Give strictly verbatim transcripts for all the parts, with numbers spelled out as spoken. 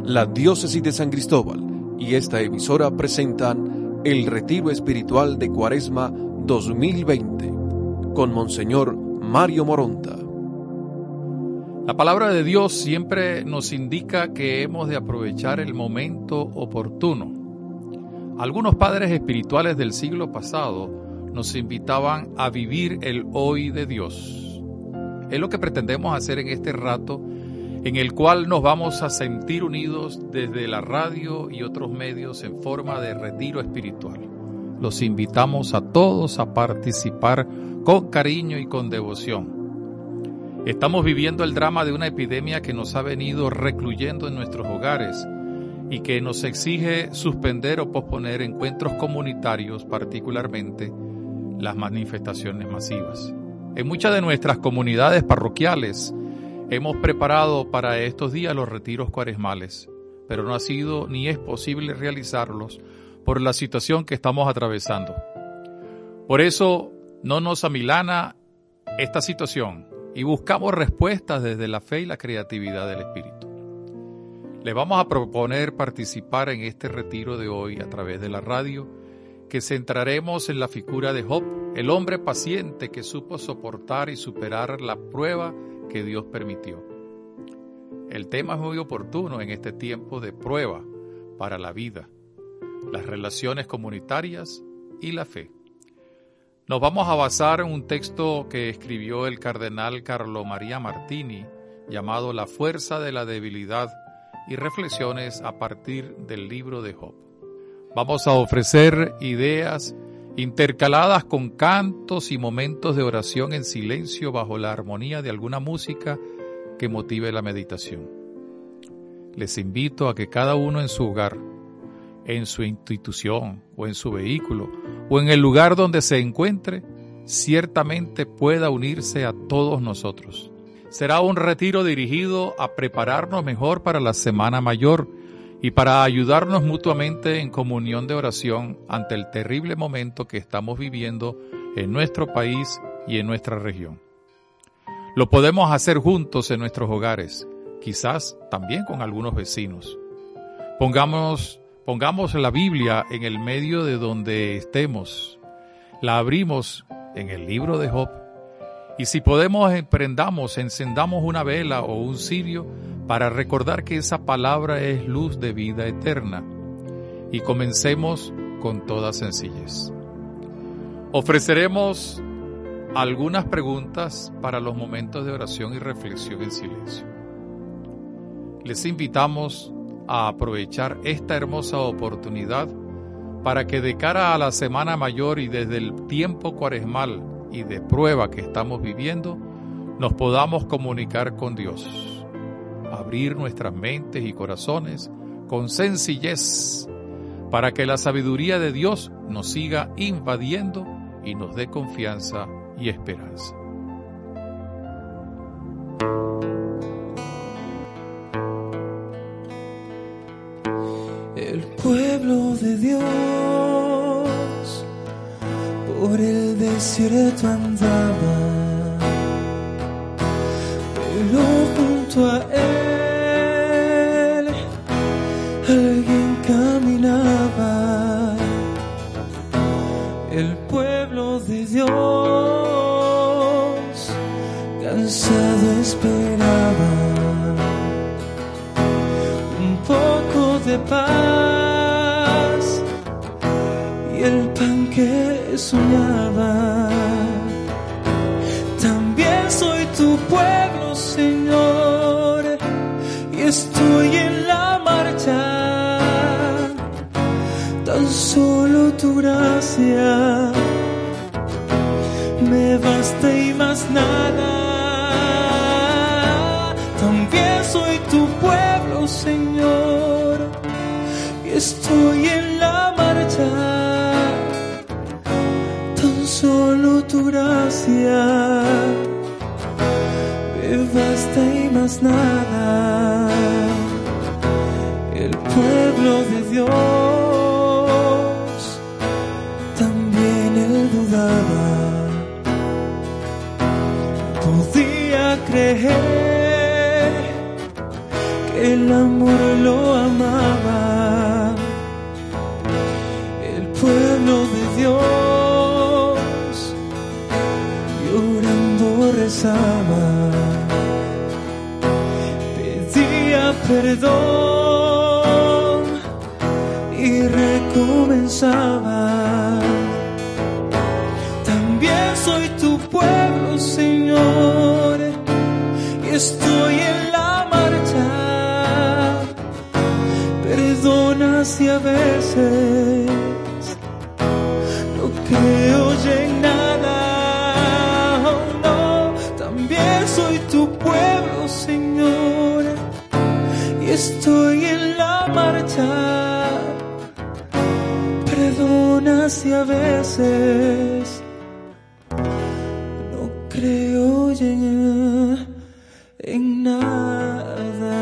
La Diócesis de San Cristóbal y esta emisora presentan el Retiro Espiritual de Cuaresma dos mil veinte con Monseñor Mario Moronta. La palabra de Dios siempre nos indica que hemos de aprovechar el momento oportuno. Algunos padres espirituales del siglo pasado nos invitaban a vivir el hoy de Dios. Es lo que pretendemos hacer en este rato, en el cual nos vamos a sentir unidos desde la radio y otros medios en forma de retiro espiritual. Los invitamos a todos a participar con cariño y con devoción. Estamos viviendo el drama de una epidemia que nos ha venido recluyendo en nuestros hogares y que nos exige suspender o posponer encuentros comunitarios, particularmente las manifestaciones masivas. En muchas de nuestras comunidades parroquiales hemos preparado para estos días los retiros cuaresmales, pero no ha sido ni es posible realizarlos por la situación que estamos atravesando. Por eso no nos amilana esta situación y buscamos respuestas desde la fe y la creatividad del Espíritu. Les vamos a proponer participar en este retiro de hoy a través de la radio, que centraremos en la figura de Job, el hombre paciente que supo soportar y superar la prueba que Dios permitió. El tema es muy oportuno en este tiempo de prueba para la vida, las relaciones comunitarias y la fe. Nos vamos a basar en un texto que escribió el cardenal Carlo Maria Martini, llamado La fuerza de la debilidad, y reflexiones a partir del libro de Job. Vamos a ofrecer ideas intercaladas con cantos y momentos de oración en silencio bajo la armonía de alguna música que motive la meditación. Les invito a que cada uno en su hogar, en su institución o en su vehículo o en el lugar donde se encuentre, ciertamente pueda unirse a todos nosotros. Será un retiro dirigido a prepararnos mejor para la Semana Mayor y para ayudarnos mutuamente en comunión de oración ante el terrible momento que estamos viviendo en nuestro país y en nuestra región. Lo podemos hacer juntos en nuestros hogares, quizás también con algunos vecinos. Pongamos, pongamos la Biblia en el medio de donde estemos. La abrimos en el libro de Job. Y si podemos, prendamos, encendamos una vela o un cirio para recordar que esa palabra es luz de vida eterna. Y comencemos con toda sencillez. Ofreceremos algunas preguntas para los momentos de oración y reflexión en silencio. Les invitamos a aprovechar esta hermosa oportunidad para que de cara a la Semana Mayor y desde el tiempo cuaresmal y de prueba que estamos viviendo, nos podamos comunicar con Dios, abrir nuestras mentes y corazones con sencillez para que la sabiduría de Dios nos siga invadiendo y nos dé confianza y esperanza. El pueblo de Dios por el desierto andaba, pero junto a él alguien caminaba. El pueblo de Dios cansado esperaba un poco de paz y el pan que soñaba. También soy tu pueblo, Señor, y estoy en la marcha. Tan solo tu gracia me basta y más nada. También soy tu pueblo, Señor, y estoy en la marcha. Tan solo tu gracia me basta y más nada. El pueblo de Dios también él dudaba, podía creer que el amor lo amaba, el pueblo de Dios llorando rezaba, pedía perdón y recomenzaba. También soy tu pueblo, Señor, y estoy en la marcha. Perdona si a veces no creo ya en nada. Oh, no, también soy tu pueblo, Señor, y estoy en la marcha. Perdona si a veces no creo ya en, en nada.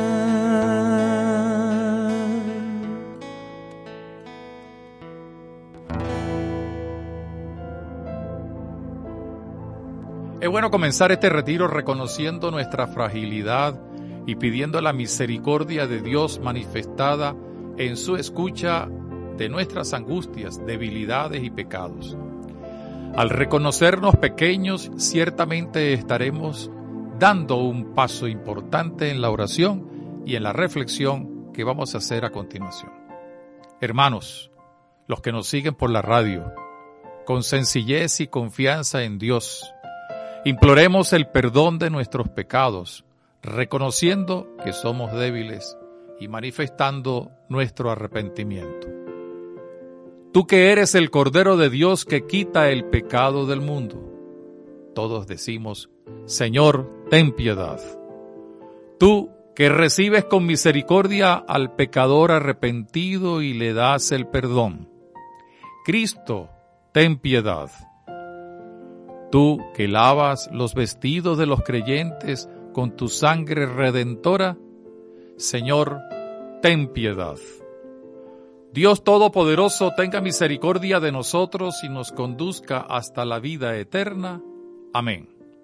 Es bueno comenzar este retiro reconociendo nuestra fragilidad y pidiendo la misericordia de Dios manifestada en su escucha de nuestras angustias, debilidades y pecados. Al reconocernos pequeños, ciertamente estaremos dando un paso importante en la oración y en la reflexión que vamos a hacer a continuación. Hermanos, los que nos siguen por la radio, con sencillez y confianza en Dios, imploremos el perdón de nuestros pecados, reconociendo que somos débiles y manifestando nuestro arrepentimiento. Tú que eres el Cordero de Dios que quita el pecado del mundo. Todos decimos, Señor, ten piedad. Tú que recibes con misericordia al pecador arrepentido y le das el perdón. Cristo, ten piedad. Tú que lavas los vestidos de los creyentes con tu sangre redentora, Señor, ten piedad. Dios Todopoderoso tenga misericordia de nosotros y nos conduzca hasta la vida eterna. Amén.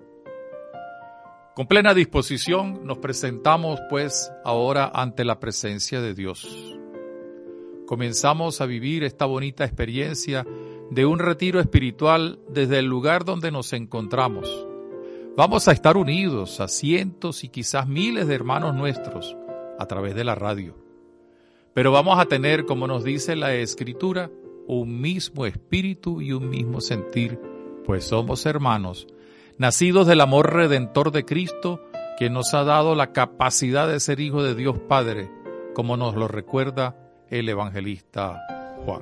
Con plena disposición nos presentamos pues ahora ante la presencia de Dios. Comenzamos a vivir esta bonita experiencia de un retiro espiritual desde el lugar donde nos encontramos. Vamos a estar unidos a cientos y quizás miles de hermanos nuestros a través de la radio. Pero vamos a tener, como nos dice la Escritura, un mismo espíritu y un mismo sentir, pues somos hermanos, nacidos del amor redentor de Cristo, que nos ha dado la capacidad de ser hijos de Dios Padre, como nos lo recuerda el evangelista Juan.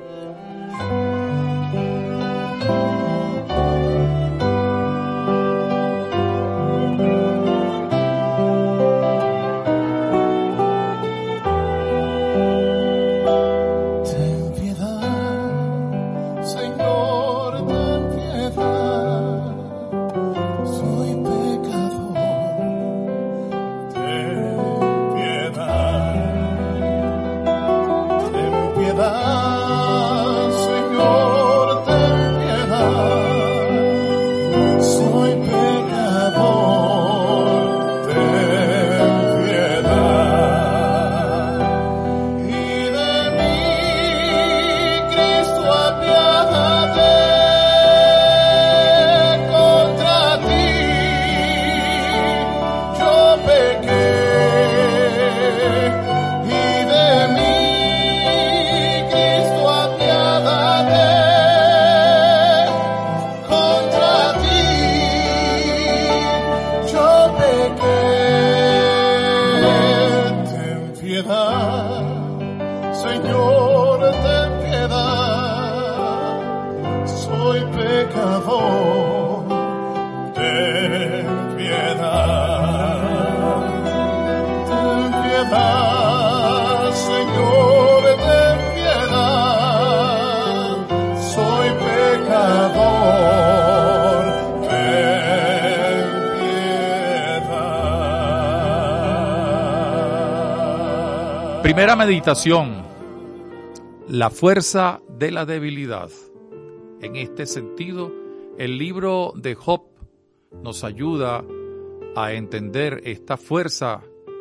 Primera meditación, la fuerza de la debilidad. En este sentido, el libro de Job nos ayuda a entender esta fuerza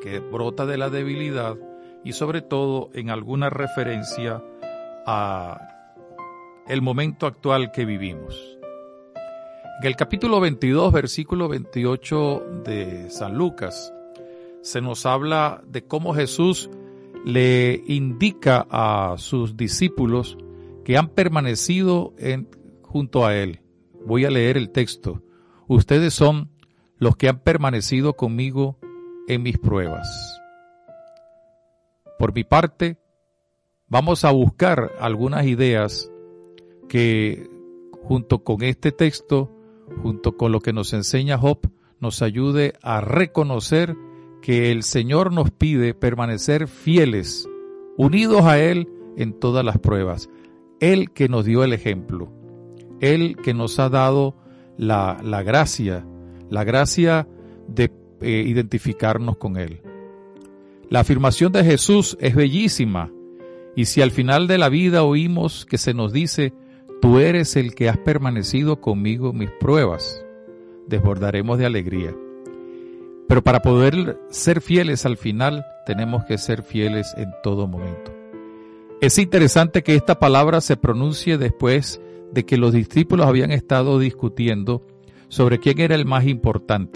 que brota de la debilidad y sobre todo en alguna referencia a el momento actual que vivimos. En el capítulo veintidós, versículo veintiocho de San Lucas, se nos habla de cómo Jesús le indica a sus discípulos que han permanecido en, junto a Él. Voy a leer el texto. Ustedes son los que han permanecido conmigo en mis pruebas. Por mi parte, vamos a buscar algunas ideas que junto con este texto, junto con lo que nos enseña Job, nos ayude a reconocer que el Señor nos pide permanecer fieles, unidos a Él en todas las pruebas. Él que nos dio el ejemplo, Él que nos ha dado la, la gracia, la gracia de eh, identificarnos con Él. La afirmación de Jesús es bellísima, y si al final de la vida oímos que se nos dice, tú eres el que has permanecido conmigo en mis pruebas, desbordaremos de alegría. Pero para poder ser fieles al final, tenemos que ser fieles en todo momento. Es interesante que esta palabra se pronuncie después de que los discípulos habían estado discutiendo sobre quién era el más importante.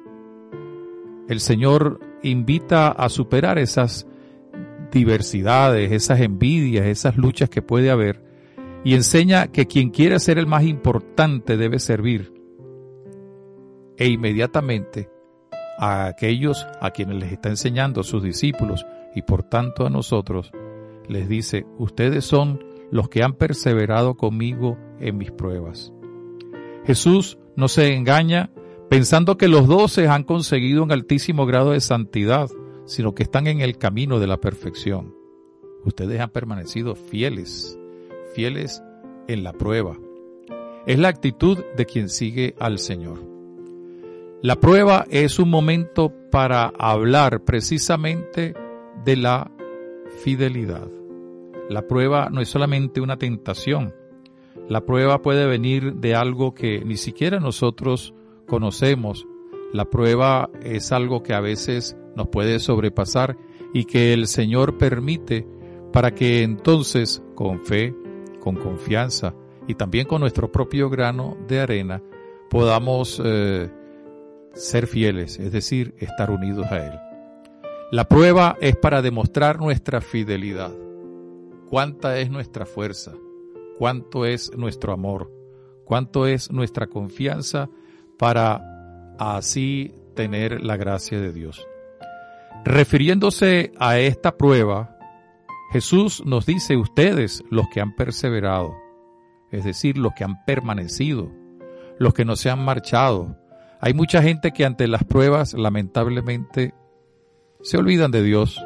El Señor invita a superar esas diversidades, esas envidias, esas luchas que puede haber, y enseña que quien quiere ser el más importante debe servir. E inmediatamente a aquellos a quienes les está enseñando, a sus discípulos, y por tanto a nosotros, les dice, ustedes son los que han perseverado conmigo en mis pruebas. Jesús no se engaña pensando que los doce han conseguido un altísimo grado de santidad, sino que están en el camino de la perfección. Ustedes han permanecido fieles, fieles en la prueba. Es la actitud de quien sigue al Señor. La prueba es un momento para hablar precisamente de la fidelidad. La prueba no es solamente una tentación. La prueba puede venir de algo que ni siquiera nosotros conocemos. La prueba es algo que a veces nos puede sobrepasar y que el Señor permite para que entonces, con fe, con confianza y también con nuestro propio grano de arena, podamos eh, ser fieles, es decir, estar unidos a Él. La prueba es para demostrar nuestra fidelidad. Cuánta es nuestra fuerza, cuánto es nuestro amor, cuánto es nuestra confianza para así tener la gracia de Dios. Refiriéndose a esta prueba, Jesús nos dice, ustedes los que han perseverado, es decir, los que han permanecido, los que no se han marchado. Hay mucha gente que ante las pruebas, lamentablemente, se olvidan de Dios,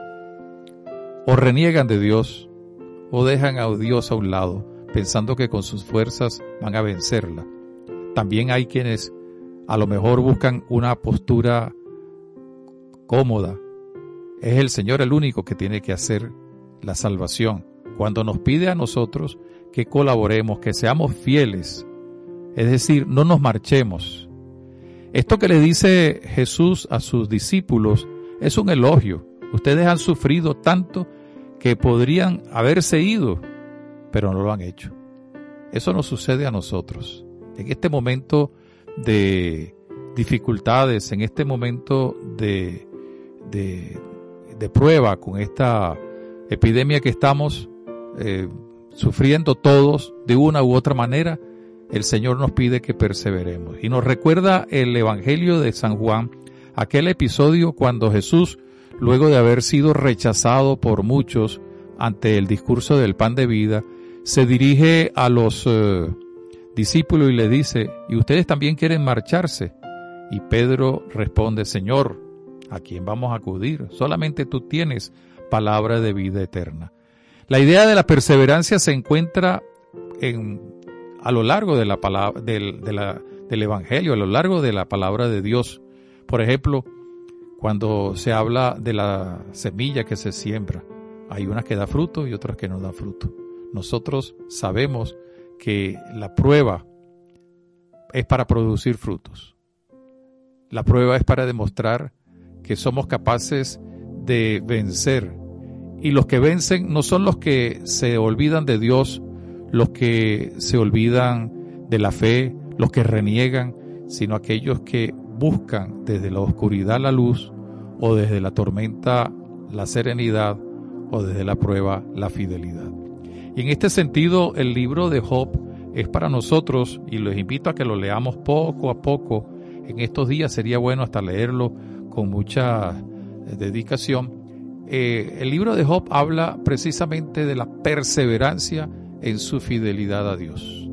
o reniegan de Dios, o dejan a Dios a un lado, pensando que con sus fuerzas van a vencerla. También hay quienes a lo mejor buscan una postura cómoda. Es el Señor el único que tiene que hacer la salvación. Cuando nos pide a nosotros que colaboremos, que seamos fieles, es decir, no nos marchemos. Esto que le dice Jesús a sus discípulos es un elogio. Ustedes han sufrido tanto que podrían haberse ido, pero no lo han hecho. Eso nos sucede a nosotros. En este momento de dificultades, en este momento de, de, de prueba con esta epidemia que estamos eh, sufriendo todos de una u otra manera, el Señor nos pide que perseveremos. Y nos recuerda el Evangelio de San Juan, aquel episodio cuando Jesús, luego de haber sido rechazado por muchos ante el discurso del pan de vida, se dirige a los eh, discípulos y le dice, ¿y ustedes también quieren marcharse? Y Pedro responde, Señor, ¿a quién vamos a acudir? Solamente tú tienes palabra de vida eterna. La idea de la perseverancia se encuentra en, a lo largo de la palabra, del, de la, del Evangelio, a lo largo de la palabra de Dios. Por ejemplo, cuando se habla de la semilla que se siembra, hay unas que da fruto y otras que no dan fruto. Nosotros sabemos que la prueba es para producir frutos. La prueba es para demostrar que somos capaces de vencer. Y los que vencen no son los que se olvidan de Dios, los que se olvidan de la fe, los que reniegan, sino aquellos que buscan desde la oscuridad la luz, o desde la tormenta la serenidad, o desde la prueba la fidelidad. Y en este sentido, el libro de Job es para nosotros, y los invito a que lo leamos poco a poco. En estos días sería bueno hasta leerlo con mucha dedicación. Eh, el libro de Job habla precisamente de la perseverancia en su fidelidad a Dios.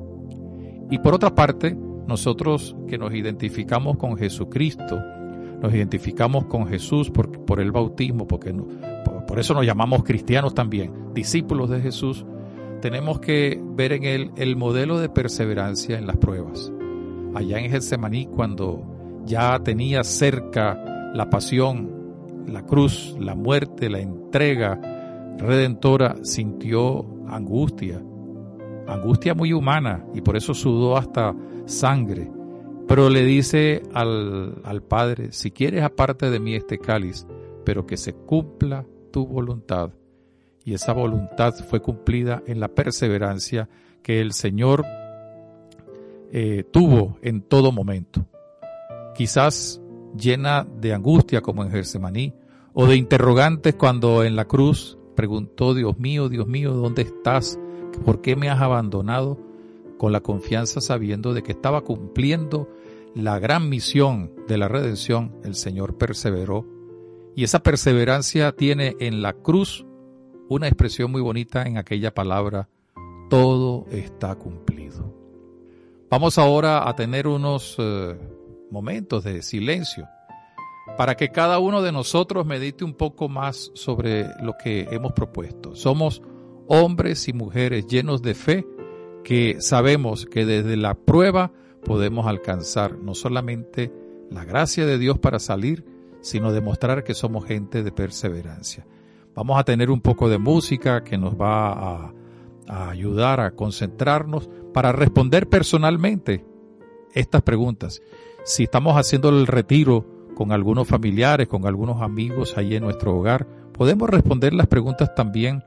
Y por otra parte, nosotros que nos identificamos con Jesucristo, nos identificamos con Jesús por, por el bautismo, porque no, por, por eso nos llamamos cristianos también, discípulos de Jesús, tenemos que ver en él el modelo de perseverancia en las pruebas. Allá en Getsemaní, cuando ya tenía cerca la pasión, la cruz, la muerte, la entrega redentora, sintió angustia, angustia muy humana, y por eso sudó hasta sangre. Pero le dice al, al Padre: si quieres, aparte de mí este cáliz, pero que se cumpla tu voluntad. Y esa voluntad fue cumplida en la perseverancia que el Señor eh, tuvo en todo momento. Quizás llena de angustia como en Getsemaní, o de interrogantes cuando en la cruz preguntó: Dios mío, Dios mío, ¿dónde estás? ¿Por qué me has abandonado? Con la confianza, sabiendo de que estaba cumpliendo la gran misión de la redención, el Señor perseveró. Y esa perseverancia tiene en la cruz una expresión muy bonita en aquella palabra: todo está cumplido. Vamos ahora a tener unos eh, momentos de silencio para que cada uno de nosotros medite un poco más sobre lo que hemos propuesto. Somos hombres y mujeres llenos de fe, que sabemos que desde la prueba podemos alcanzar no solamente la gracia de Dios para salir, sino demostrar que somos gente de perseverancia. Vamos a tener un poco de música que nos va a, a ayudar a concentrarnos para responder personalmente estas preguntas. Si estamos haciendo el retiro con algunos familiares, con algunos amigos ahí en nuestro hogar, podemos responder las preguntas también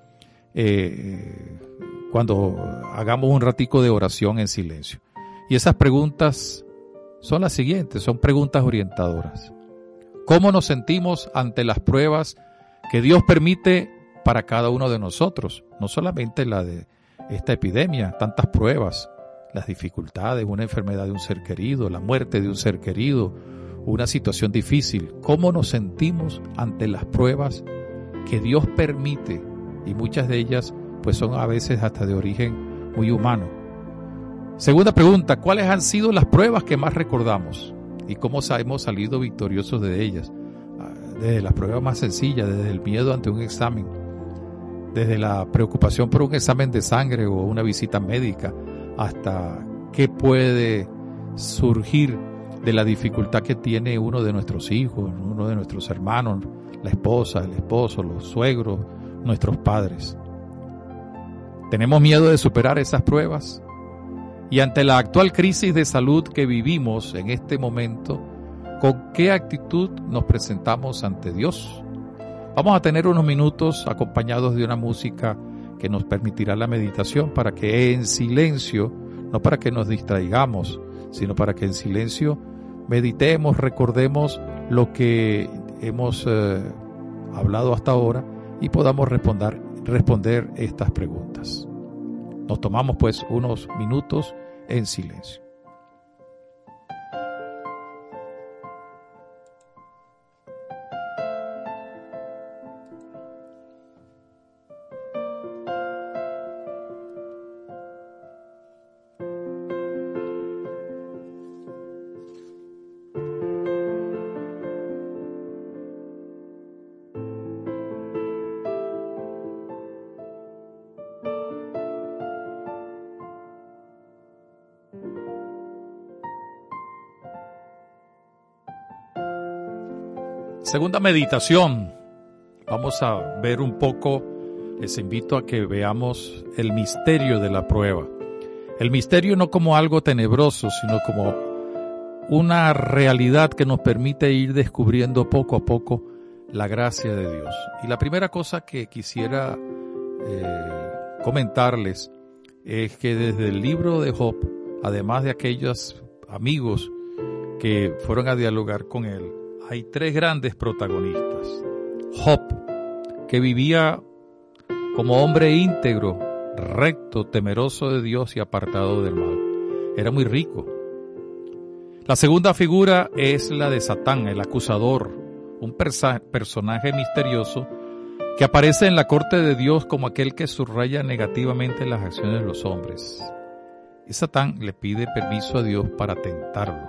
eh, cuando hagamos un ratico de oración en silencio. Y esas preguntas son las siguientes, son preguntas orientadoras. ¿Cómo nos sentimos ante las pruebas que Dios permite para cada uno de nosotros? No solamente la de esta epidemia, tantas pruebas, las dificultades, una enfermedad de un ser querido, la muerte de un ser querido, una situación difícil. ¿Cómo nos sentimos ante las pruebas que Dios permite? Y muchas de ellas pues son a veces hasta de origen muy humano. Segunda pregunta: ¿cuáles han sido las pruebas que más recordamos? ¿Y cómo hemos salido victoriosos de ellas? Desde las pruebas más sencillas, desde el miedo ante un examen, desde la preocupación por un examen de sangre o una visita médica, hasta qué puede surgir de la dificultad que tiene uno de nuestros hijos, uno de nuestros hermanos, la esposa, el esposo, los suegros, nuestros padres. ¿Tenemos miedo de superar esas pruebas? Y ante la actual crisis de salud que vivimos en este momento, ¿con qué actitud nos presentamos ante Dios? Vamos a tener unos minutos acompañados de una música que nos permitirá la meditación, para que en silencio, no para que nos distraigamos, sino para que en silencio meditemos, recordemos lo que hemos eh, hablado hasta ahora y podamos responder, responder estas preguntas. Nos tomamos pues unos minutos en silencio. Segunda meditación. Vamos a ver un poco, les invito a que veamos el misterio de la prueba. El misterio no como algo tenebroso, sino como una realidad que nos permite ir descubriendo poco a poco la gracia de Dios. Y la primera cosa que quisiera eh, comentarles es que desde el libro de Job, además de aquellos amigos que fueron a dialogar con él, hay tres grandes protagonistas. Job, que vivía como hombre íntegro, recto, temeroso de Dios y apartado del mal. Era muy rico. La segunda figura es la de Satán, el acusador, un persa- personaje misterioso que aparece en la corte de Dios como aquel que subraya negativamente las acciones de los hombres. Y Satán le pide permiso a Dios para tentarlo.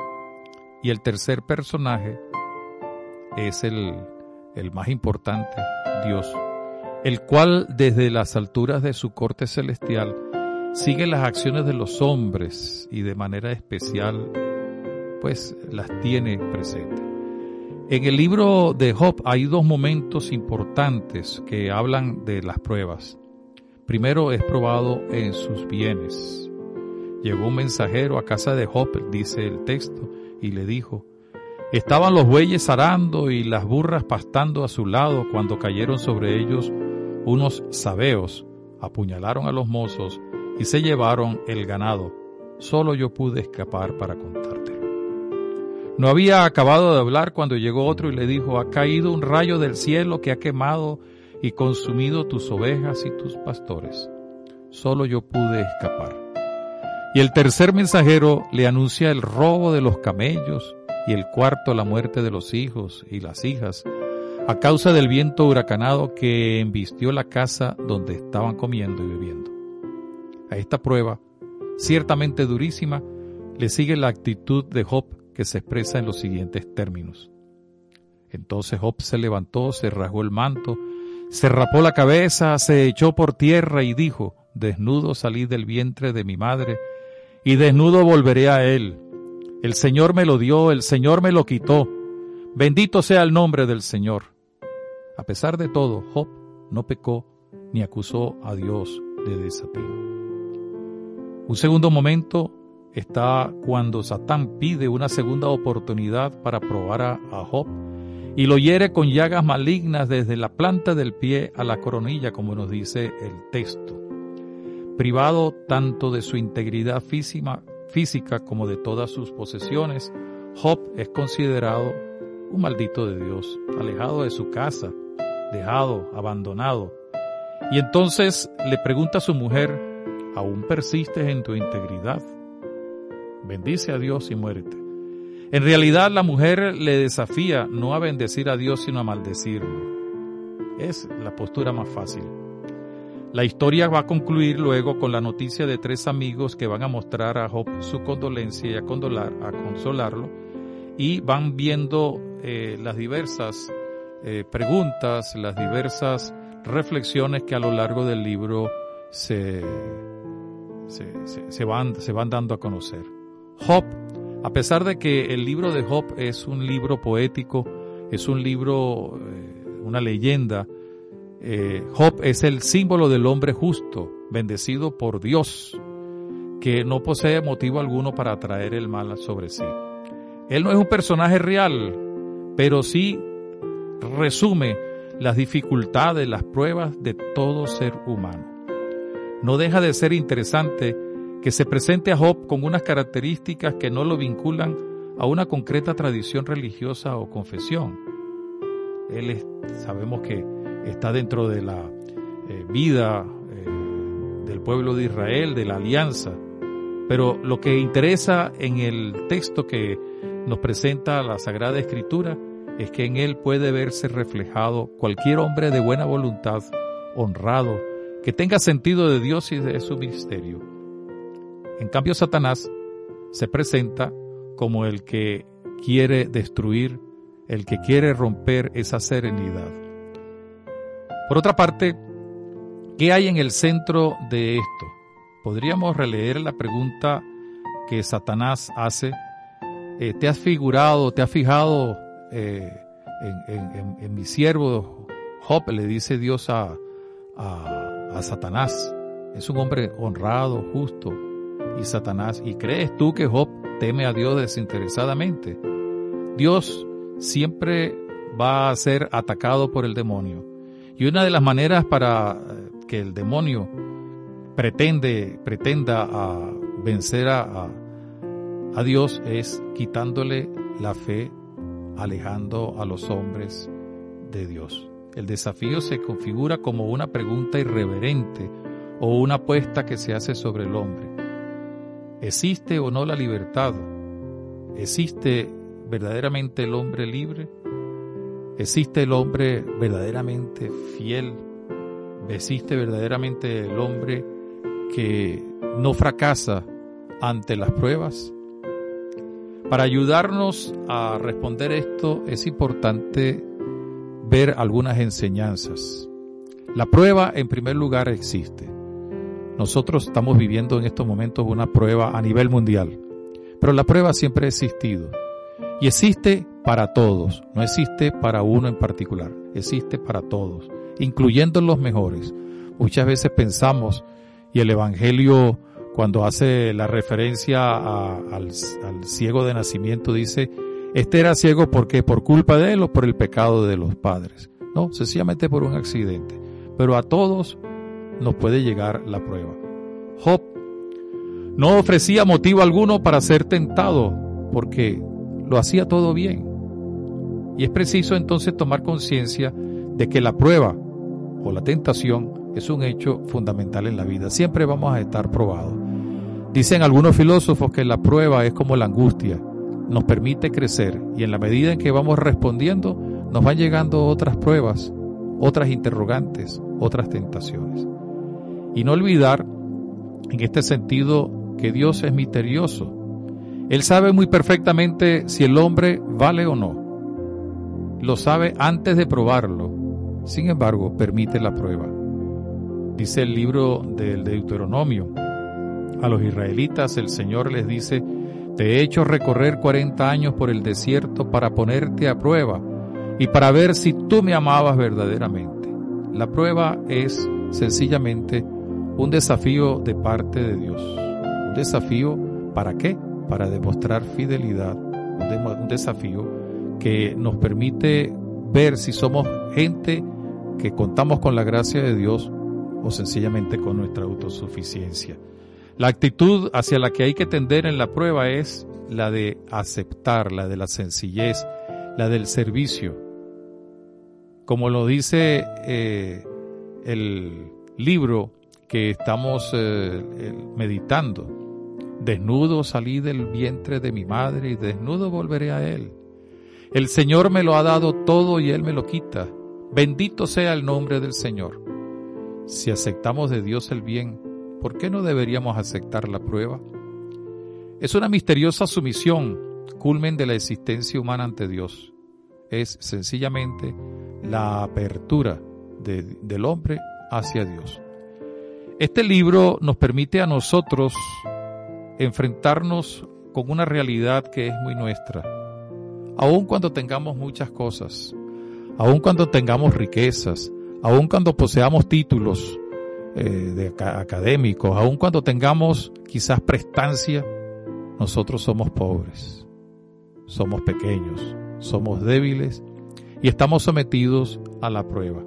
Y el tercer personaje es el, el más importante, Dios, el cual desde las alturas de su corte celestial sigue las acciones de los hombres y de manera especial pues las tiene presentes. En el libro de Job hay dos momentos importantes que hablan de las pruebas. Primero, es probado en sus bienes. Llegó un mensajero a casa de Job, dice el texto, y le dijo: estaban los bueyes arando y las burras pastando a su lado cuando cayeron sobre ellos unos sabeos, apuñalaron a los mozos y se llevaron el ganado. Solo yo pude escapar para contártelo. No había acabado de hablar cuando llegó otro y le dijo: ha caído un rayo del cielo que ha quemado y consumido tus ovejas y tus pastores. Solo yo pude escapar. Y el tercer mensajero le anuncia el robo de los camellos y el cuarto la muerte de los hijos y las hijas a causa del viento huracanado que embistió la casa donde estaban comiendo y bebiendo. A esta prueba, ciertamente durísima, le sigue la actitud de Job, que se expresa en los siguientes términos. Entonces Job se levantó, se rasgó el manto, se rapó la cabeza, se echó por tierra y dijo: desnudo salí del vientre de mi madre y desnudo volveré a él. El Señor me lo dio, el Señor me lo quitó. Bendito sea el nombre del Señor. A pesar de todo, Job no pecó ni acusó a Dios de desatino. Un segundo momento está cuando Satán pide una segunda oportunidad para probar a, a Job y lo hiere con llagas malignas desde la planta del pie a la coronilla, como nos dice el texto. Privado tanto de su integridad física, física como de todas sus posesiones, Job es considerado un maldito de Dios, alejado de su casa, dejado, abandonado. Y entonces le pregunta a su mujer: ¿aún persistes en tu integridad? Bendice a Dios y muérete. En realidad la mujer le desafía no a bendecir a Dios sino a maldecirlo. Es la postura más fácil. La historia va a concluir luego con la noticia de tres amigos que van a mostrar a Job su condolencia y a, condolar, a consolarlo, y van viendo eh, las diversas eh, preguntas, las diversas reflexiones que a lo largo del libro se, se, se, se, van, se van dando a conocer. Job, a pesar de que el libro de Job es un libro poético, es un libro, eh, una leyenda, eh, Job es el símbolo del hombre justo, bendecido por Dios, que no posee motivo alguno para atraer el mal sobre sí. Él no es un personaje real, pero sí resume las dificultades, las pruebas de todo ser humano. No deja de ser interesante que se presente a Job con unas características que no lo vinculan a una concreta tradición religiosa o confesión. Él es, sabemos que está dentro de la eh, vida eh, del pueblo de Israel, de la alianza, pero lo que interesa en el texto que nos presenta la Sagrada Escritura es que en él puede verse reflejado cualquier hombre de buena voluntad, honrado, que tenga sentido de Dios y de su misterio. En cambio, Satanás se presenta como el que quiere destruir, el que quiere romper esa serenidad. Por otra parte, ¿qué hay en el centro de esto? Podríamos releer la pregunta que Satanás hace. Eh, ¿Te has figurado, te has fijado eh, en, en, en mi siervo Job? Le dice Dios a, a, a Satanás. Es un hombre honrado, justo. Y Satanás, ¿y crees tú que Job teme a Dios desinteresadamente? Dios siempre va a ser atacado por el demonio. Y una de las maneras para que el demonio pretende, pretenda a vencer a, a, a Dios es quitándole la fe, alejando a los hombres de Dios. El desafío se configura como una pregunta irreverente o una apuesta que se hace sobre el hombre. ¿Existe o no la libertad? ¿Existe verdaderamente el hombre libre? ¿Existe el hombre verdaderamente fiel? ¿Existe verdaderamente el hombre que no fracasa ante las pruebas? Para ayudarnos a responder esto es importante ver algunas enseñanzas. La prueba, en primer lugar, existe. Nosotros estamos viviendo en estos momentos una prueba a nivel mundial, pero la prueba siempre ha existido y existe para todos, no existe para uno en particular, existe para todos, incluyendo los mejores. Muchas veces pensamos, y el Evangelio cuando hace la referencia a, al, al ciego de nacimiento dice, este era ciego porque por culpa de él o por el pecado de los padres. No, sencillamente por un accidente. Pero a todos nos puede llegar la prueba. Job no ofrecía motivo alguno para ser tentado porque lo hacía todo bien. Y es preciso entonces tomar conciencia de que la prueba o la tentación es un hecho fundamental en la vida. Siempre vamos a estar probados. Dicen algunos filósofos que la prueba es como la angustia. Nos permite crecer y en la medida en que vamos respondiendo nos van llegando otras pruebas, otras interrogantes, otras tentaciones. Y no olvidar en este sentido que Dios es misterioso. Él sabe muy perfectamente si el hombre vale o no. Lo sabe antes de probarlo. Sin embargo, permite la prueba. Dice el libro del Deuteronomio, a los israelitas el Señor les dice, te he hecho recorrer cuarenta años por el desierto para ponerte a prueba y para ver si tú me amabas verdaderamente. La prueba es sencillamente un desafío de parte de Dios. Un desafío, ¿para qué? Para demostrar fidelidad. Un, de, un desafío que nos permite ver si somos gente que contamos con la gracia de Dios o sencillamente con nuestra autosuficiencia. La actitud hacia la que hay que tender en la prueba es la de aceptar, la de la sencillez, la del servicio. Como lo dice eh, el libro que estamos eh, meditando, desnudo salí del vientre de mi madre y desnudo volveré a él. El Señor me lo ha dado todo y Él me lo quita. Bendito sea el nombre del Señor. Si aceptamos de Dios el bien, ¿por qué no deberíamos aceptar la prueba? Es una misteriosa sumisión, culmen de la existencia humana ante Dios. Es sencillamente la apertura de, del hombre hacia Dios. Este libro nos permite a nosotros enfrentarnos con una realidad que es muy nuestra. Aun cuando tengamos muchas cosas, aun cuando tengamos riquezas, aun cuando poseamos títulos eh, de académicos, aun cuando tengamos quizás prestancia, nosotros somos pobres, somos pequeños, somos débiles y estamos sometidos a la prueba.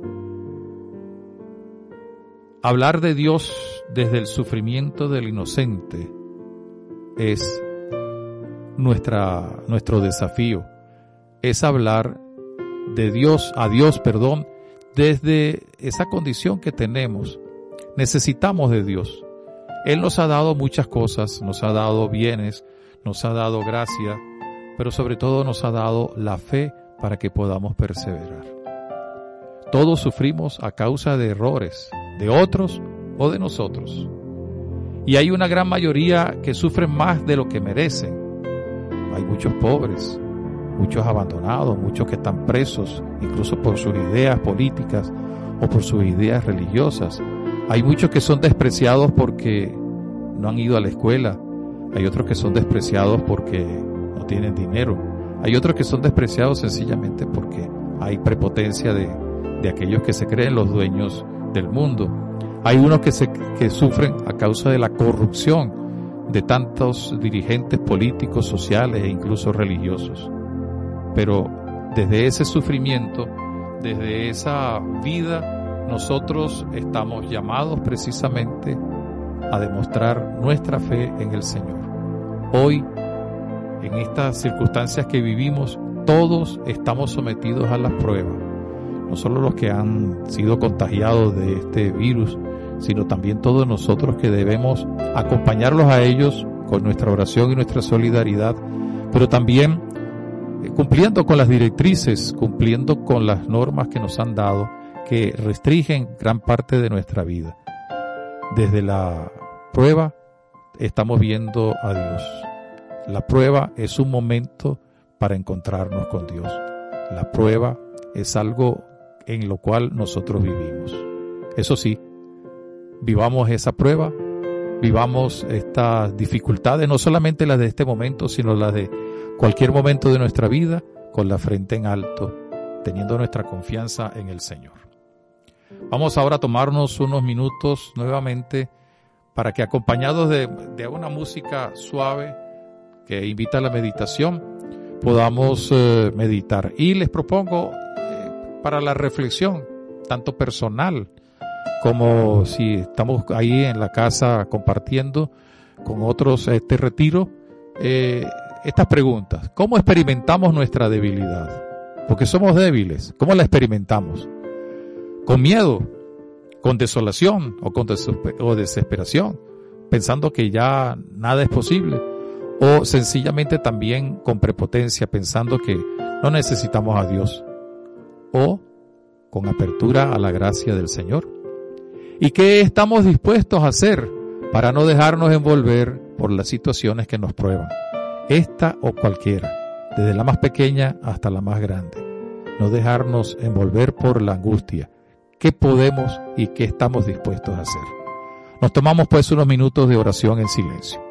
Hablar de Dios desde el sufrimiento del inocente es nuestra, nuestro desafío. Es hablar de Dios, a Dios, perdón, desde esa condición que tenemos. Necesitamos de Dios. Él nos ha dado muchas cosas, nos ha dado bienes, nos ha dado gracia, pero sobre todo nos ha dado la fe para que podamos perseverar. Todos sufrimos a causa de errores, de otros o de nosotros. Y hay una gran mayoría que sufren más de lo que merecen. Hay muchos pobres, muchos abandonados, muchos que están presos, incluso por sus ideas políticas o por sus ideas religiosas. Hay muchos que son despreciados porque no han ido a la escuela. Hay otros que son despreciados porque no tienen dinero. Hay otros que son despreciados sencillamente porque hay prepotencia de, de aquellos que se creen los dueños del mundo. Hay unos que, se, que sufren a causa de la corrupción de tantos dirigentes políticos, sociales e incluso religiosos. Pero desde ese sufrimiento, desde esa vida, nosotros estamos llamados precisamente a demostrar nuestra fe en el Señor. Hoy, en estas circunstancias que vivimos, todos estamos sometidos a las pruebas. No solo los que han sido contagiados de este virus, sino también todos nosotros que debemos acompañarlos a ellos con nuestra oración y nuestra solidaridad, pero también cumpliendo con las directrices, cumpliendo con las normas que nos han dado, que restringen gran parte de nuestra vida. Desde la prueba estamos viendo a Dios. La prueba es un momento para encontrarnos con Dios. La prueba es algo en lo cual nosotros vivimos. Eso sí, vivamos esa prueba, vivamos estas dificultades, no solamente las de este momento, sino las de cualquier momento de nuestra vida, con la frente en alto, teniendo nuestra confianza en el Señor. Vamos ahora a tomarnos unos minutos nuevamente para que, acompañados de, de una música suave que invita a la meditación, podamos eh, meditar. Y les propongo eh, para la reflexión, tanto personal como si estamos ahí en la casa compartiendo con otros este retiro, eh, estas preguntas. ¿Cómo experimentamos nuestra debilidad? Porque somos débiles. ¿Cómo la experimentamos? ¿Con miedo? ¿Con desolación? ¿O con desesper- o desesperación? Pensando que ya nada es posible. ¿O sencillamente también con prepotencia, pensando que no necesitamos a Dios? ¿O con apertura a la gracia del Señor? ¿Y qué estamos dispuestos a hacer para no dejarnos envolver por las situaciones que nos prueban? Esta o cualquiera, desde la más pequeña hasta la más grande. No dejarnos envolver por la angustia. ¿Qué podemos y qué estamos dispuestos a hacer? Nos tomamos pues unos minutos de oración en silencio.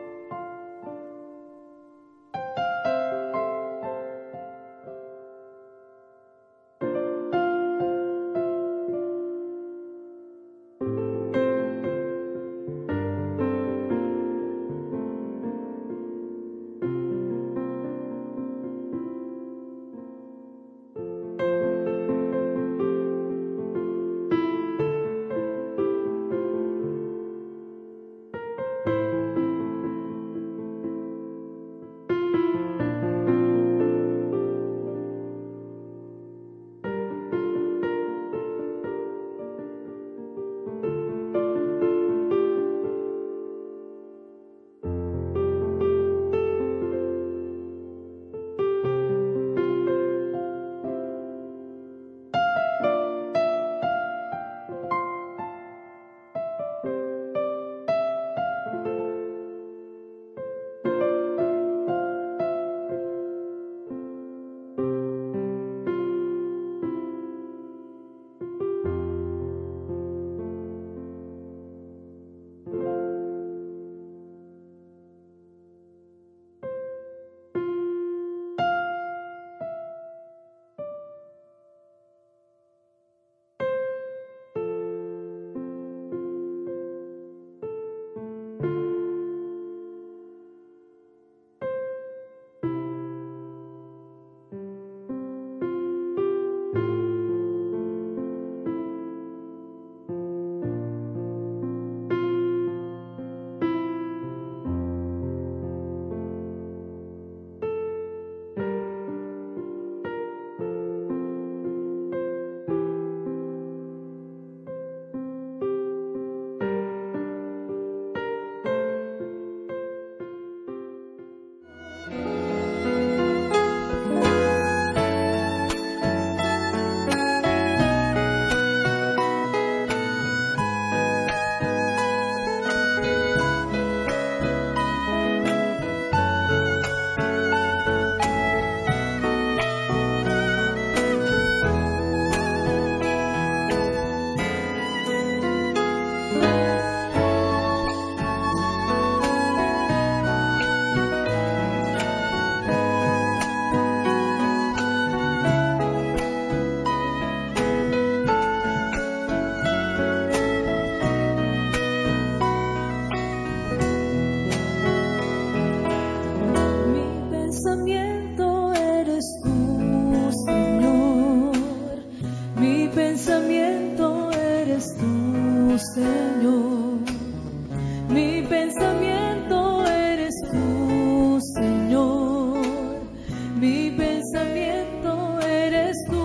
eres tú, Señor. Mi pensamiento eres tú, Señor. Mi pensamiento eres tú.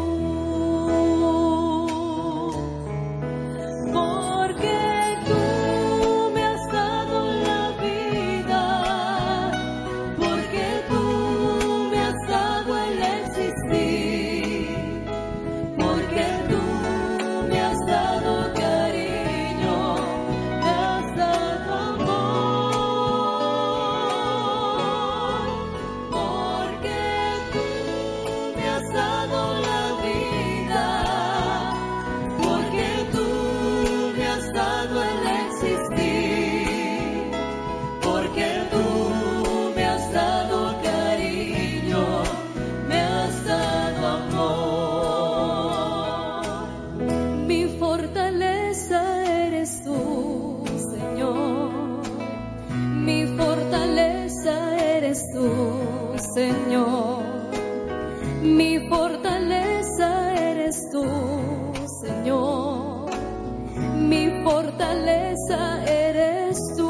Porque tú me has dado la vida. Porque tú me has dado el existir. Porque tú me has dado cariño. Me has dado amor. Porque tú me has dado la vida. Porque tú me has dado el existir. Porque tú me has dado cariño. Me has dado amor. Mi fortaleza eres tú, Señor. Mi fortaleza eres tú, Señor. Mi fortaleza eres tú, Señor. Mi fortaleza eres tú.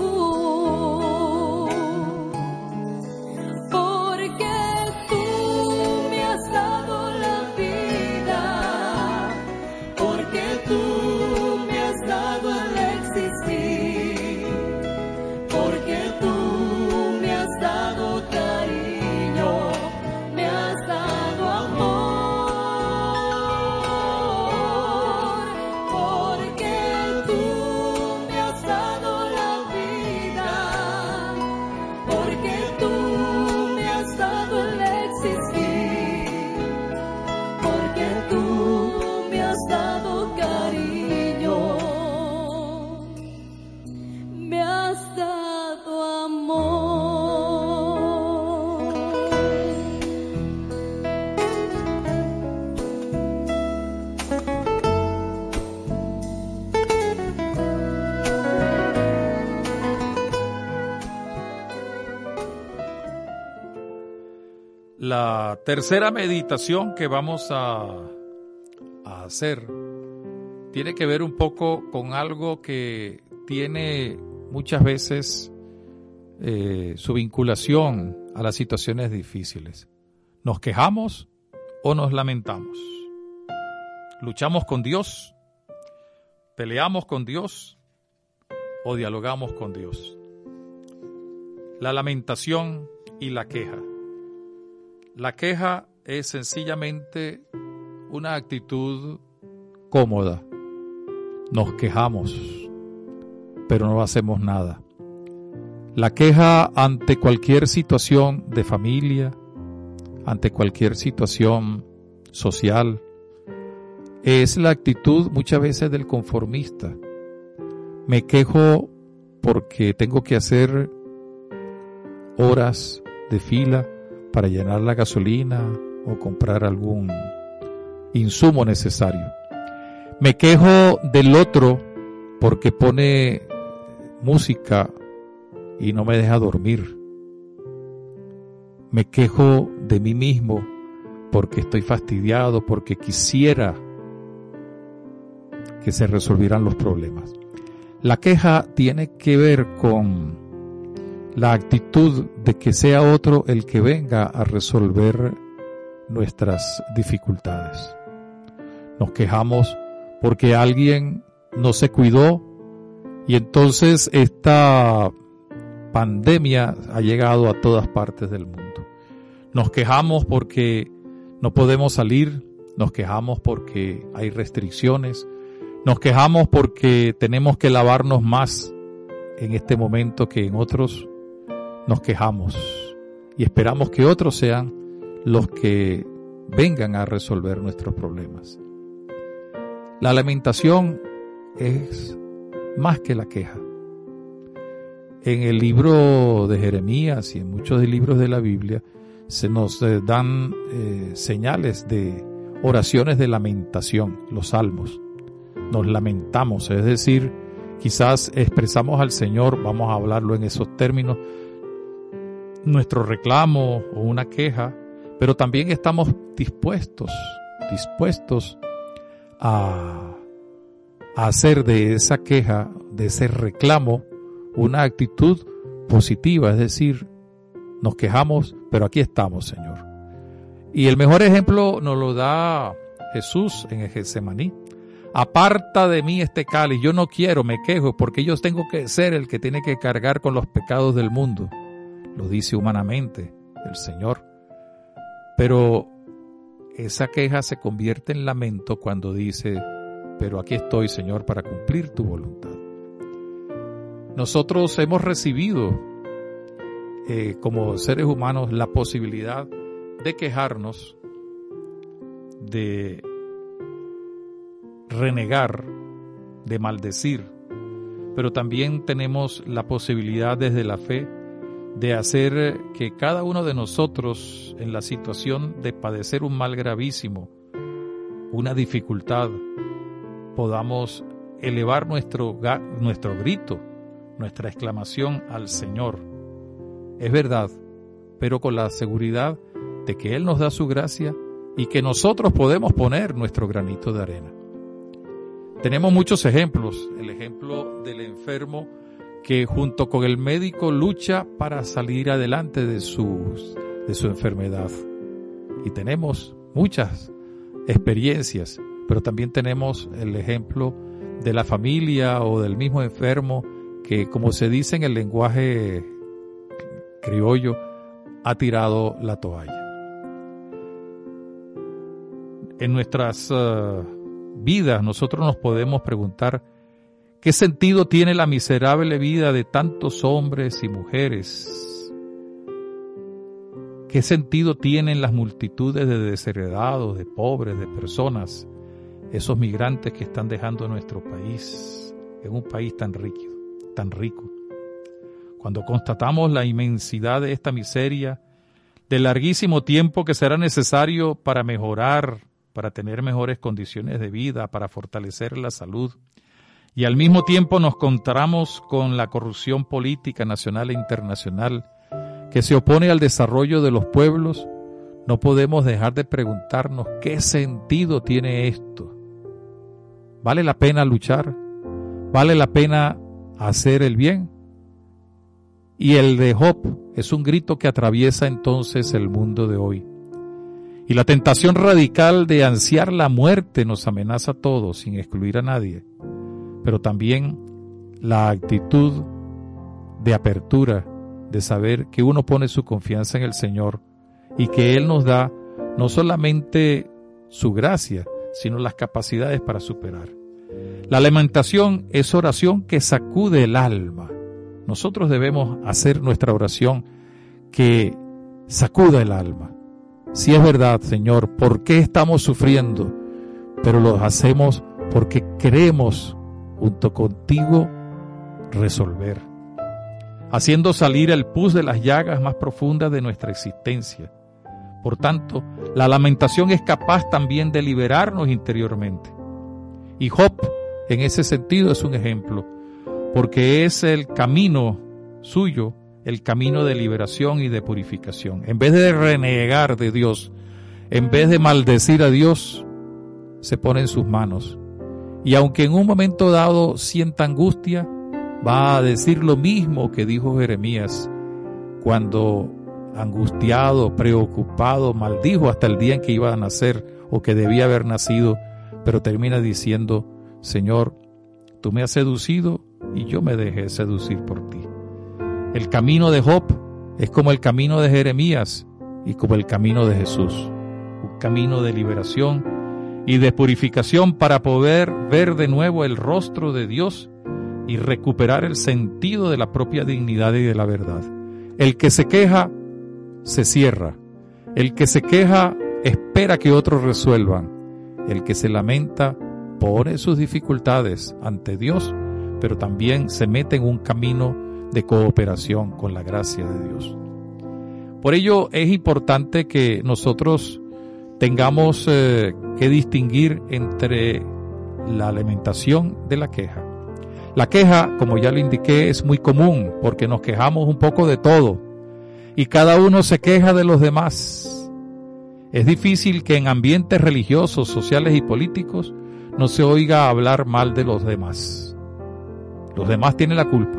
Porque tú me has dado la vida. Porque tú me has dado el existir. Porque tú me has dado cariño. Me has dado amor. Porque tú me has dado la vida. Porque tú me has dado el existir. Porque tú me has dado cariño. Me has dado amor. La tercera meditación que vamos a, a hacer tiene que ver un poco con algo que tiene muchas veces eh, su vinculación a las situaciones difíciles. ¿Nos quejamos o nos lamentamos? ¿Luchamos con Dios? ¿Peleamos con Dios? ¿O dialogamos con Dios? La lamentación y la queja. La queja es sencillamente una actitud cómoda. Nos quejamos, pero no hacemos nada. La queja ante cualquier situación de familia, ante cualquier situación social, es la actitud muchas veces del conformista. Me quejo porque tengo que hacer horas de fila para llenar la gasolina o comprar algún insumo necesario. Me quejo del otro porque pone música y no me deja dormir. Me quejo de mí mismo porque estoy fastidiado, porque quisiera que se resolvieran los problemas. La queja tiene que ver con la actitud de que sea otro el que venga a resolver nuestras dificultades. Nos quejamos porque alguien no se cuidó y entonces esta pandemia ha llegado a todas partes del mundo. Nos quejamos porque no podemos salir, nos quejamos porque hay restricciones, nos quejamos porque tenemos que lavarnos más en este momento que en otros. Nos quejamos y esperamos que otros sean los que vengan a resolver nuestros problemas. La lamentación es más que la queja. En el libro de Jeremías y en muchos de libros de la Biblia se nos dan eh, señales de oraciones de lamentación, los salmos. Nos lamentamos, es decir, quizás expresamos al Señor, vamos a hablarlo en esos términos, nuestro reclamo o una queja, pero también estamos dispuestos, dispuestos a hacer de esa queja, de ese reclamo, una actitud positiva, es decir, nos quejamos, pero aquí estamos, Señor. Y el mejor ejemplo nos lo da Jesús en el Getsemaní. Aparta de mí este cáliz, yo no quiero, me quejo, porque yo tengo que ser el que tiene que cargar con los pecados del mundo. Lo dice humanamente el Señor. Pero esa queja se convierte en lamento cuando dice, pero aquí estoy, Señor, para cumplir tu voluntad. Nosotros hemos recibido, eh, como seres humanos, la posibilidad de quejarnos, de renegar, de maldecir, pero también tenemos la posibilidad desde la fe de hacer que cada uno de nosotros, en la situación de padecer un mal gravísimo, una dificultad, podamos elevar nuestro, nuestro grito, nuestra exclamación al Señor. Es verdad, pero con la seguridad de que Él nos da su gracia y que nosotros podemos poner nuestro granito de arena. Tenemos muchos ejemplos. El ejemplo del enfermo que junto con el médico lucha para salir adelante de su, de su enfermedad. Y tenemos muchas experiencias, pero también tenemos el ejemplo de la familia o del mismo enfermo que, como se dice en el lenguaje criollo, ha tirado la toalla. En nuestras uh, vidas nosotros nos podemos preguntar ¿qué sentido tiene la miserable vida de tantos hombres y mujeres? ¿Qué sentido tienen las multitudes de desheredados, de pobres, de personas, esos migrantes que están dejando nuestro país, en un país tan rico, tan rico? Cuando constatamos la inmensidad de esta miseria, del larguísimo tiempo que será necesario para mejorar, para tener mejores condiciones de vida, para fortalecer la salud, y al mismo tiempo nos encontramos con la corrupción política nacional e internacional que se opone al desarrollo de los pueblos, no podemos dejar de preguntarnos qué sentido tiene esto. ¿Vale la pena luchar? ¿Vale la pena hacer el bien? Y el de Job es un grito que atraviesa entonces el mundo de hoy. Y la tentación radical de ansiar la muerte nos amenaza a todos, sin excluir a nadie. Pero también la actitud de apertura, de saber que uno pone su confianza en el Señor y que Él nos da no solamente su gracia, sino las capacidades para superar. La lamentación es oración que sacude el alma. Nosotros debemos hacer nuestra oración que sacuda el alma. Si es verdad, Señor, ¿por qué estamos sufriendo? Pero lo hacemos porque queremos junto contigo resolver, haciendo salir el pus de las llagas más profundas de nuestra existencia. Por tanto, la lamentación es capaz también de liberarnos interiormente. Y Job, en ese sentido, es un ejemplo, porque es el camino suyo, el camino de liberación y de purificación. En vez de renegar de Dios, en vez de maldecir a Dios, se pone en sus manos. Y aunque en un momento dado sienta angustia, va a decir lo mismo que dijo Jeremías, cuando angustiado, preocupado, maldijo hasta el día en que iba a nacer o que debía haber nacido, pero termina diciendo, Señor, tú me has seducido y yo me dejé seducir por ti. El camino de Job es como el camino de Jeremías y como el camino de Jesús, un camino de liberación y de purificación para poder ver de nuevo el rostro de Dios y recuperar el sentido de la propia dignidad y de la verdad. El que se queja, se cierra. El que se queja, espera que otros resuelvan. El que se lamenta, pone sus dificultades ante Dios, pero también se mete en un camino de cooperación con la gracia de Dios. Por ello es importante que nosotros tengamos eh, que distinguir entre la lamentación de la queja. La queja, como ya lo indiqué, es muy común porque nos quejamos un poco de todo y cada uno se queja de los demás. Es difícil que en ambientes religiosos, sociales y políticos no se oiga hablar mal de los demás. Los demás tienen la culpa.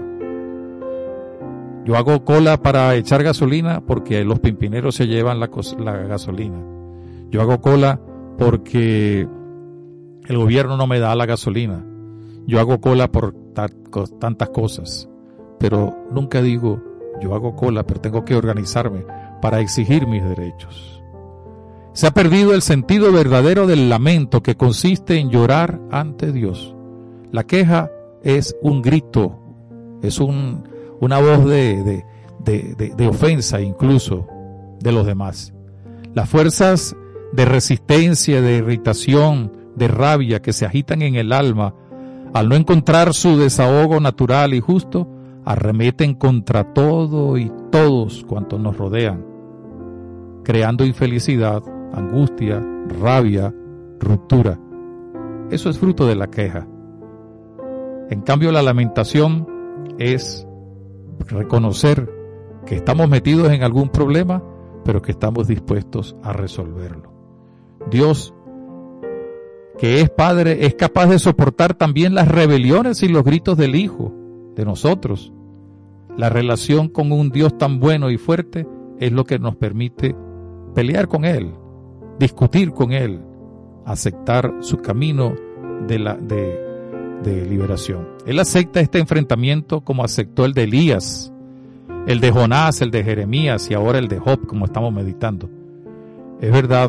Yo hago cola para echar gasolina porque los pimpineros se llevan la, la gasolina. Yo hago cola porque el gobierno no me da la gasolina. Yo hago cola por ta- tantas cosas. Pero nunca digo, yo hago cola, pero tengo que organizarme para exigir mis derechos. Se ha perdido el sentido verdadero del lamento, que consiste en llorar ante Dios. La queja es un grito, es un, una voz de, de, de, de, de ofensa incluso de los demás. Las fuerzas de resistencia, de irritación, de rabia que se agitan en el alma, al no encontrar su desahogo natural y justo, arremeten contra todo y todos cuantos nos rodean, creando infelicidad, angustia, rabia, ruptura. Eso es fruto de la queja. En cambio, la lamentación es reconocer que estamos metidos en algún problema, pero que estamos dispuestos a resolverlo. Dios, que es Padre, es capaz de soportar también las rebeliones y los gritos del Hijo, de nosotros. La relación con un Dios tan bueno y fuerte es lo que nos permite pelear con Él, discutir con Él, aceptar su camino de, la, de, de liberación. Él acepta este enfrentamiento como aceptó el de Elías, el de Jonás, el de Jeremías y ahora el de Job, como estamos meditando. Es verdad,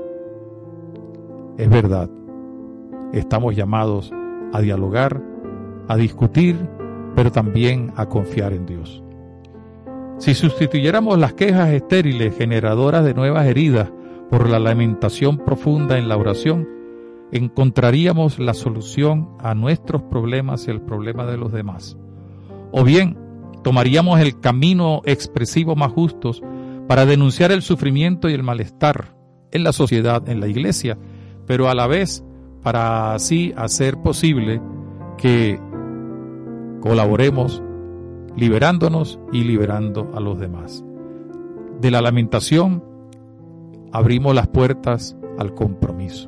es verdad. Estamos llamados a dialogar, a discutir, pero también a confiar en Dios. Si sustituyéramos las quejas estériles generadoras de nuevas heridas por la lamentación profunda en la oración, encontraríamos la solución a nuestros problemas y el problema de los demás. O bien, tomaríamos el camino expresivo más justo para denunciar el sufrimiento y el malestar en la sociedad, en la iglesia, pero a la vez para así hacer posible que colaboremos liberándonos y liberando a los demás. De la lamentación abrimos las puertas al compromiso.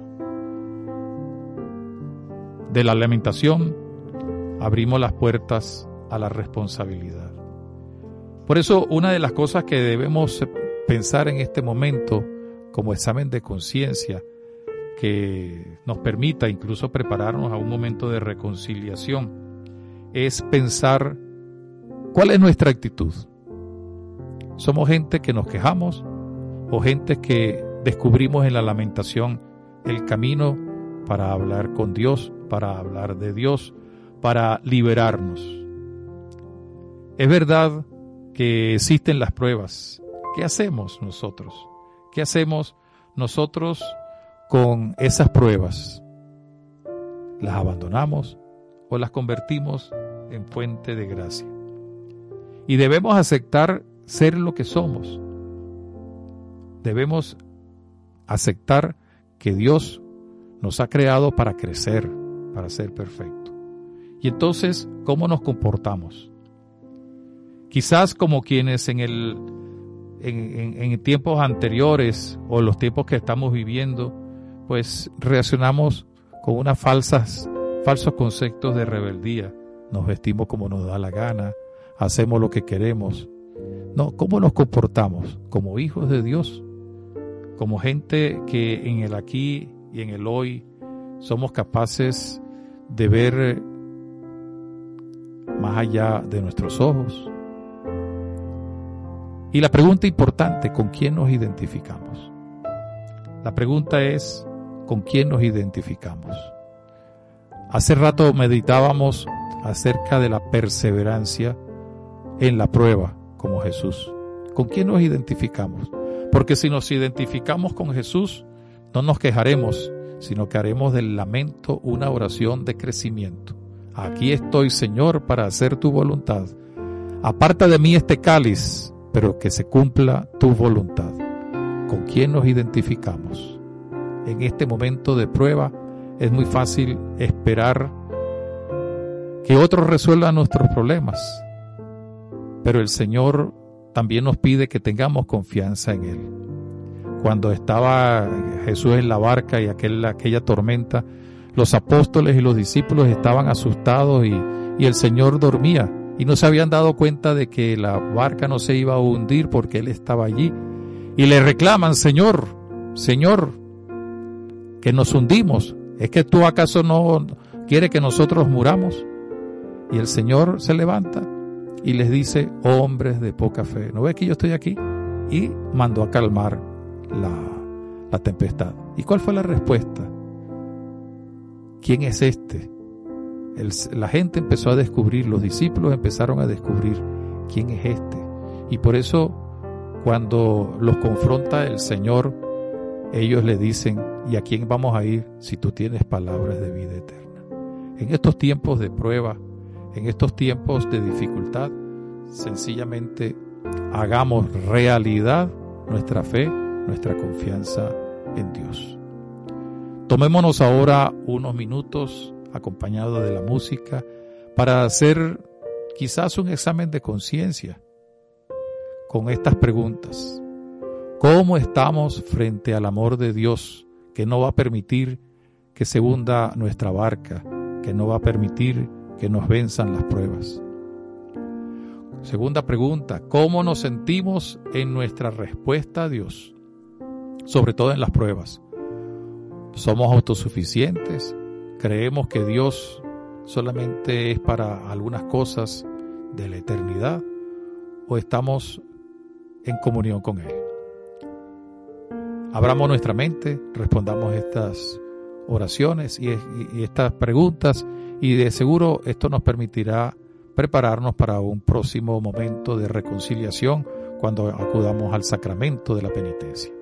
De la lamentación abrimos las puertas a la responsabilidad. Por eso, una de las cosas que debemos pensar en este momento como examen de conciencia que nos permita incluso prepararnos a un momento de reconciliación es pensar cuál es nuestra actitud. ¿Somos gente que nos quejamos o gente que descubrimos en la lamentación el camino para hablar con Dios, para hablar de Dios, para liberarnos? Es verdad que existen las pruebas. ¿Qué hacemos nosotros? ¿Qué hacemos nosotros con esas pruebas? ¿Las abandonamos o las convertimos en fuente de gracia? Y debemos aceptar ser lo que somos. Debemos aceptar que Dios nos ha creado para crecer, para ser perfecto. Y entonces, ¿cómo nos comportamos? Quizás como quienes en el en, en, en tiempos anteriores o los tiempos que estamos viviendo, pues reaccionamos con unas falsas, falsos conceptos de rebeldía. Nos vestimos como nos da la gana, hacemos lo que queremos. No, ¿cómo nos comportamos? Como hijos de Dios, como gente que en el aquí y en el hoy somos capaces de ver más allá de nuestros ojos. Y la pregunta importante, ¿con quién nos identificamos? La pregunta es, ¿con quién nos identificamos? Hace rato meditábamos acerca de la perseverancia en la prueba, como Jesús. ¿Con quién nos identificamos? Porque si nos identificamos con Jesús, no nos quejaremos, sino que haremos del lamento una oración de crecimiento. Aquí estoy, Señor, para hacer tu voluntad. Aparta de mí este cáliz, pero que se cumpla tu voluntad. ¿Con quién nos identificamos? En este momento de prueba es muy fácil esperar que otros resuelvan nuestros problemas, pero el Señor también nos pide que tengamos confianza en Él. Cuando estaba Jesús en la barca y aquel, aquella tormenta, los apóstoles y los discípulos estaban asustados y, y el Señor dormía y no se habían dado cuenta de que la barca no se iba a hundir porque Él estaba allí. Y le reclaman, Señor, Señor, que nos hundimos. ¿Es que tú acaso no quieres que nosotros muramos? Y el Señor se levanta y les dice, oh, hombres de poca fe, ¿no ves que yo estoy aquí? Y mandó a calmar la, la tempestad. ¿Y cuál fue la respuesta? ¿Quién es este? El, la gente empezó a descubrir, los discípulos empezaron a descubrir quién es este. Y por eso, cuando los confronta el Señor, ellos le dicen, ¿y a quién vamos a ir si tú tienes palabras de vida eterna? En estos tiempos de prueba, en estos tiempos de dificultad, sencillamente hagamos realidad nuestra fe, nuestra confianza en Dios. Tomémonos ahora unos minutos acompañados de la música para hacer quizás un examen de conciencia con estas preguntas. ¿Cómo estamos frente al amor de Dios que no va a permitir que se hunda nuestra barca, que no va a permitir que nos venzan las pruebas? Segunda pregunta, ¿cómo nos sentimos en nuestra respuesta a Dios? Sobre todo en las pruebas. ¿Somos autosuficientes? ¿Creemos que Dios solamente es para algunas cosas de la eternidad? ¿O estamos en comunión con Él? Abramos nuestra mente, respondamos estas oraciones y, y, y estas preguntas, y de seguro esto nos permitirá prepararnos para un próximo momento de reconciliación cuando acudamos al sacramento de la penitencia.